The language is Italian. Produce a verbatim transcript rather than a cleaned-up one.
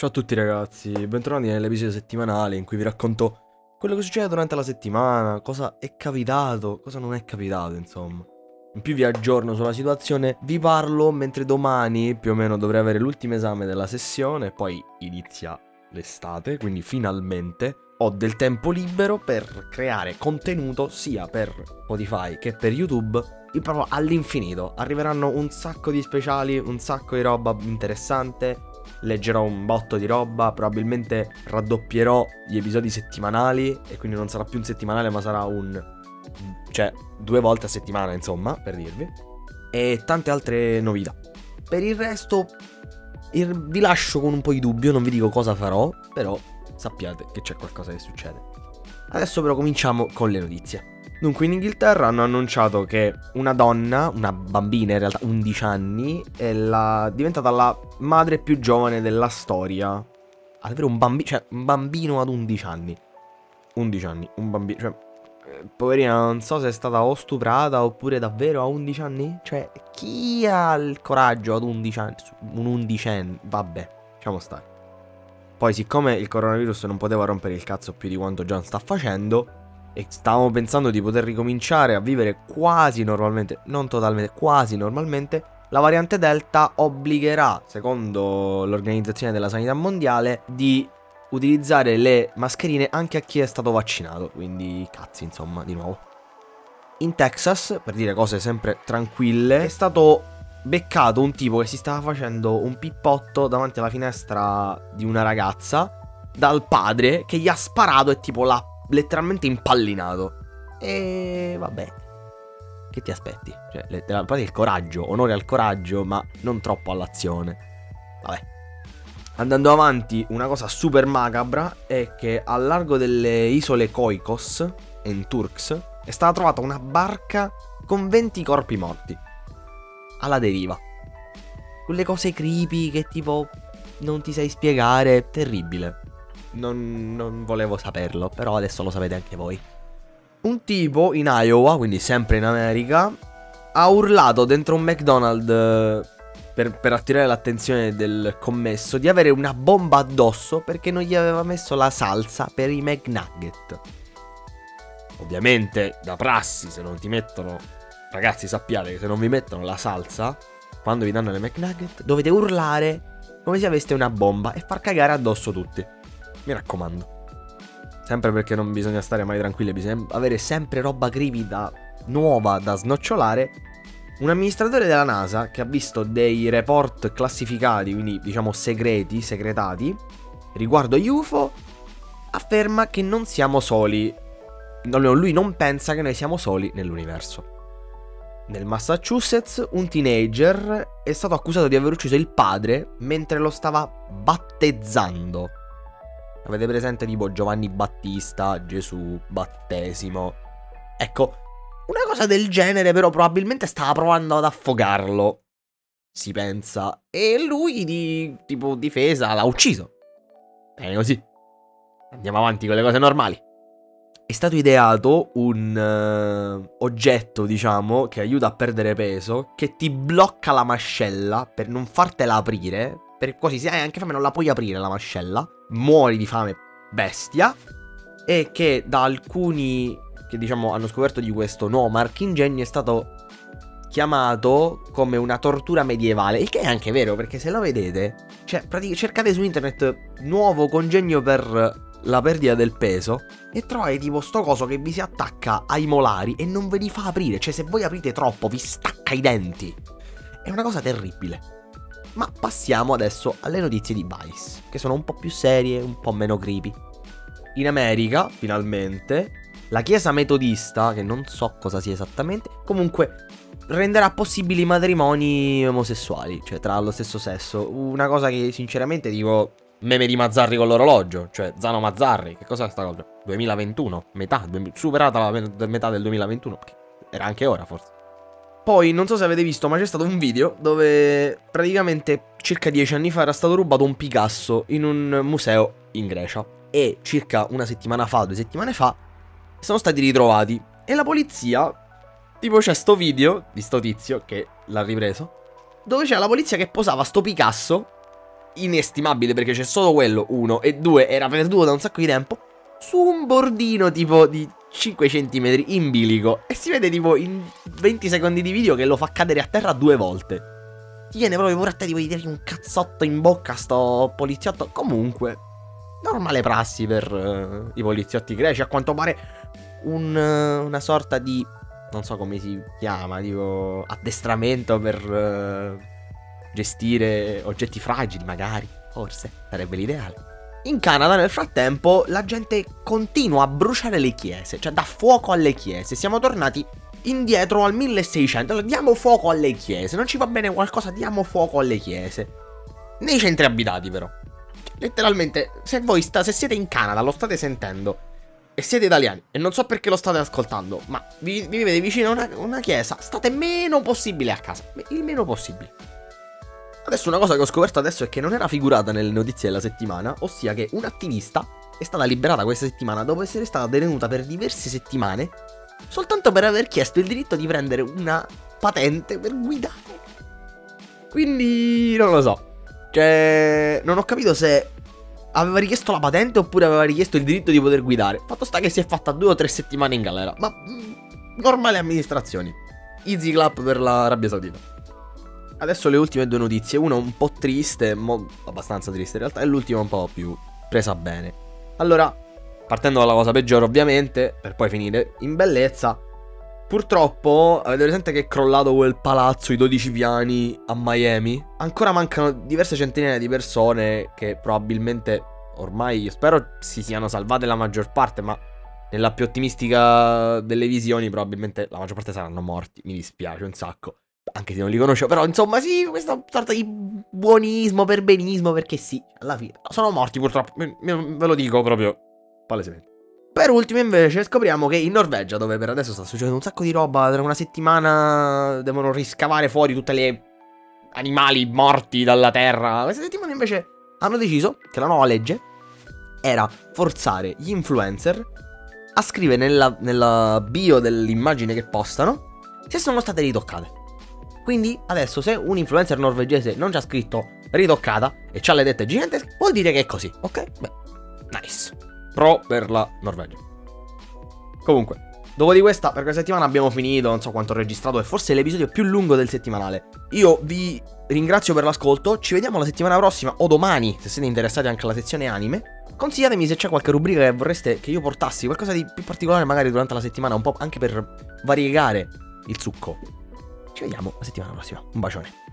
Ciao a tutti ragazzi, bentornati nell'episodio settimanale in cui vi racconto quello che succede durante la settimana, cosa è capitato, cosa non è capitato, insomma. In più vi aggiorno sulla situazione, vi parlo mentre domani più o meno dovrei avere l'ultimo esame della sessione, poi inizia l'estate, quindi finalmente ho del tempo libero per creare contenuto sia per Spotify che per YouTube, proprio all'infinito. Arriveranno un sacco di speciali, un sacco di roba interessante. Leggerò un botto di roba, probabilmente raddoppierò gli episodi settimanali e quindi non sarà più un settimanale ma sarà un... cioè due volte a settimana, insomma, per dirvi. E tante altre novità. Per il resto vi lascio con un po' di dubbio, non vi dico cosa farò, però sappiate che c'è qualcosa che succede. Adesso però cominciamo con le notizie. Dunque in Inghilterra hanno annunciato che una donna, una bambina in realtà, undici anni, è la, diventata la madre più giovane della storia. Ad avere un bambino, cioè un bambino ad undici anni. undici anni, un bambino, cioè, eh, poverina, non so se è stata o stuprata oppure davvero a undici anni. Cioè, chi ha il coraggio ad undici anni, un undicenne, vabbè, lasciamo stare. Poi siccome il coronavirus non poteva rompere il cazzo più di quanto già sta facendo, e stavamo pensando di poter ricominciare a vivere quasi normalmente, non totalmente, quasi normalmente, la variante Delta obbligherà, secondo l'Organizzazione della Sanità Mondiale, di utilizzare le mascherine anche a chi è stato vaccinato. Quindi cazzi, insomma, di nuovo. In Texas, per dire cose sempre tranquille, è stato beccato un tipo che si stava facendo un pippotto davanti alla finestra di una ragazza dal padre che gli ha sparato e tipo l'ha letteralmente impallinato. E vabbè, che ti aspetti? Cioè, letteralmente il coraggio, onore al coraggio, ma non troppo all'azione. Vabbè. Andando avanti, una cosa super macabra è che al largo delle isole Koikos, in Turks, è stata trovata una barca con venti corpi morti alla deriva. Quelle cose creepy che tipo non ti sai spiegare, terribile. Non, non volevo saperlo, però adesso lo sapete anche voi. Un tipo in Iowa, quindi sempre in America, ha urlato dentro un McDonald's per, per attirare l'attenzione del commesso di avere una bomba addosso perché non gli aveva messo la salsa per i McNugget. Ovviamente, da prassi, se non ti mettono... Ragazzi, sappiate che se non vi mettono la salsa quando vi danno le McNugget, dovete urlare come se aveste una bomba e far cagare addosso tutti. Mi raccomando. Sempre perché non bisogna stare mai tranquilli, bisogna avere sempre roba creepy da, nuova da snocciolare. Un amministratore della NASA che ha visto dei report classificati, quindi diciamo segreti, segretati, riguardo agli U F O, afferma che non siamo soli. No, lui non pensa che noi siamo soli nell'universo. Nel Massachusetts un teenager è stato accusato di aver ucciso il padre mentre lo stava battezzando. Avete presente tipo Giovanni Battista, Gesù, battesimo? Ecco, una cosa del genere però probabilmente stava provando ad affogarlo, si pensa. E lui di tipo difesa l'ha ucciso. Bene così. Andiamo avanti con le cose normali. È stato ideato un uh, oggetto, diciamo, che aiuta a perdere peso, che ti blocca la mascella per non fartela aprire. Per così se hai anche fame non la puoi aprire la mascella, muori di fame bestia. E che da alcuni che diciamo hanno scoperto di questo nuovo marchingegno è stato chiamato come una tortura medievale. Il che è anche vero, perché se la vedete, cioè praticamente cercate su internet nuovo congegno per la perdita del peso e trovate tipo sto coso che vi si attacca ai molari e non ve li fa aprire. Cioè se voi aprite troppo vi stacca i denti. È una cosa terribile. Ma passiamo adesso alle notizie di Vice, che sono un po' più serie, un po' meno creepy. In America, finalmente, la chiesa metodista, che non so cosa sia esattamente, comunque renderà possibili i matrimoni omosessuali, cioè tra lo stesso sesso. Una cosa che sinceramente dico, meme di Mazzarri con l'orologio, cioè Zano Mazzarri, che cos'è sta cosa? duemilaventuno, metà, superata la metà del duemilaventuno, perché era anche ora forse. Poi, non so se avete visto, ma c'è stato un video dove praticamente circa dieci anni fa era stato rubato un Picasso in un museo in Grecia. E circa una settimana fa, due settimane fa, sono stati ritrovati. E la polizia, tipo c'è sto video di sto tizio che l'ha ripreso, dove c'è la polizia che posava sto Picasso inestimabile perché c'è solo quello, uno, e due, era perduto da un sacco di tempo, su un bordino tipo di cinque centimetri in bilico. E si vede tipo in venti secondi di video che lo fa cadere a terra due volte. Ti viene proprio pure a te tipo di dirgli un cazzotto in bocca a sto poliziotto. Comunque, normale prassi per uh, i poliziotti greci. A quanto pare un, uh, una sorta di, non so come si chiama, tipo addestramento per uh, gestire oggetti fragili magari. Forse, sarebbe l'ideale. In Canada nel frattempo la gente continua a bruciare le chiese, cioè dà fuoco alle chiese. Siamo tornati indietro al milleseicento. Allora, diamo fuoco alle chiese. Non ci va bene qualcosa, diamo fuoco alle chiese. Nei centri abitati però. Cioè, letteralmente, se voi sta, se siete in Canada, lo state sentendo e siete italiani e non so perché lo state ascoltando, ma vi, vi vivete vicino a una, una chiesa, state meno possibile a casa. Il meno possibile. Adesso una cosa che ho scoperto adesso è che non era figurata nelle notizie della settimana, ossia che un'attivista è stata liberata questa settimana dopo essere stata detenuta per diverse settimane soltanto per aver chiesto il diritto di prendere una patente per guidare. Quindi non lo so. Cioè, non ho capito se aveva richiesto la patente oppure aveva richiesto il diritto di poter guidare. Fatto sta che si è fatta due o tre settimane in galera. Ma mh, normali amministrazioni. Easy clap per l'Arabia Saudita. Adesso le ultime due notizie, una un po' triste, mo- abbastanza triste in realtà, e l'ultima un po' più presa bene. Allora, partendo dalla cosa peggiore ovviamente, per poi finire in bellezza, purtroppo avete presente che è crollato quel palazzo, i dodici piani a Miami? Ancora mancano diverse centinaia di persone che probabilmente, ormai io spero si siano salvate la maggior parte, ma nella più ottimistica delle visioni probabilmente la maggior parte saranno morti, mi dispiace un sacco. Anche se non li conosco, però insomma sì, questa sorta di buonismo, perbenismo, perché sì, alla fine sono morti purtroppo, ve lo dico proprio palesemente. Per ultimo invece scopriamo che in Norvegia, dove per adesso sta succedendo un sacco di roba, tra una settimana devono riscavare fuori tutte le animali morti dalla terra, questa settimana invece hanno deciso che la nuova legge era forzare gli influencer a scrivere nella, nella bio dell'immagine che postano se sono state ritoccate. Quindi adesso se un influencer norvegese non ci ha scritto ritoccata e c'ha le dette gigantesche, vuol dire che è così, ok? Beh, nice. Pro per la Norvegia. Comunque, dopo di questa, per questa settimana abbiamo finito, non so quanto ho registrato, è forse l'episodio più lungo del settimanale. Io vi ringrazio per l'ascolto, ci vediamo la settimana prossima o domani, se siete interessati anche alla sezione anime. Consigliatemi se c'è qualche rubrica che vorreste che io portassi, qualcosa di più particolare magari durante la settimana, un po' anche per variegare il succo. Ci vediamo la settimana prossima. Un bacione.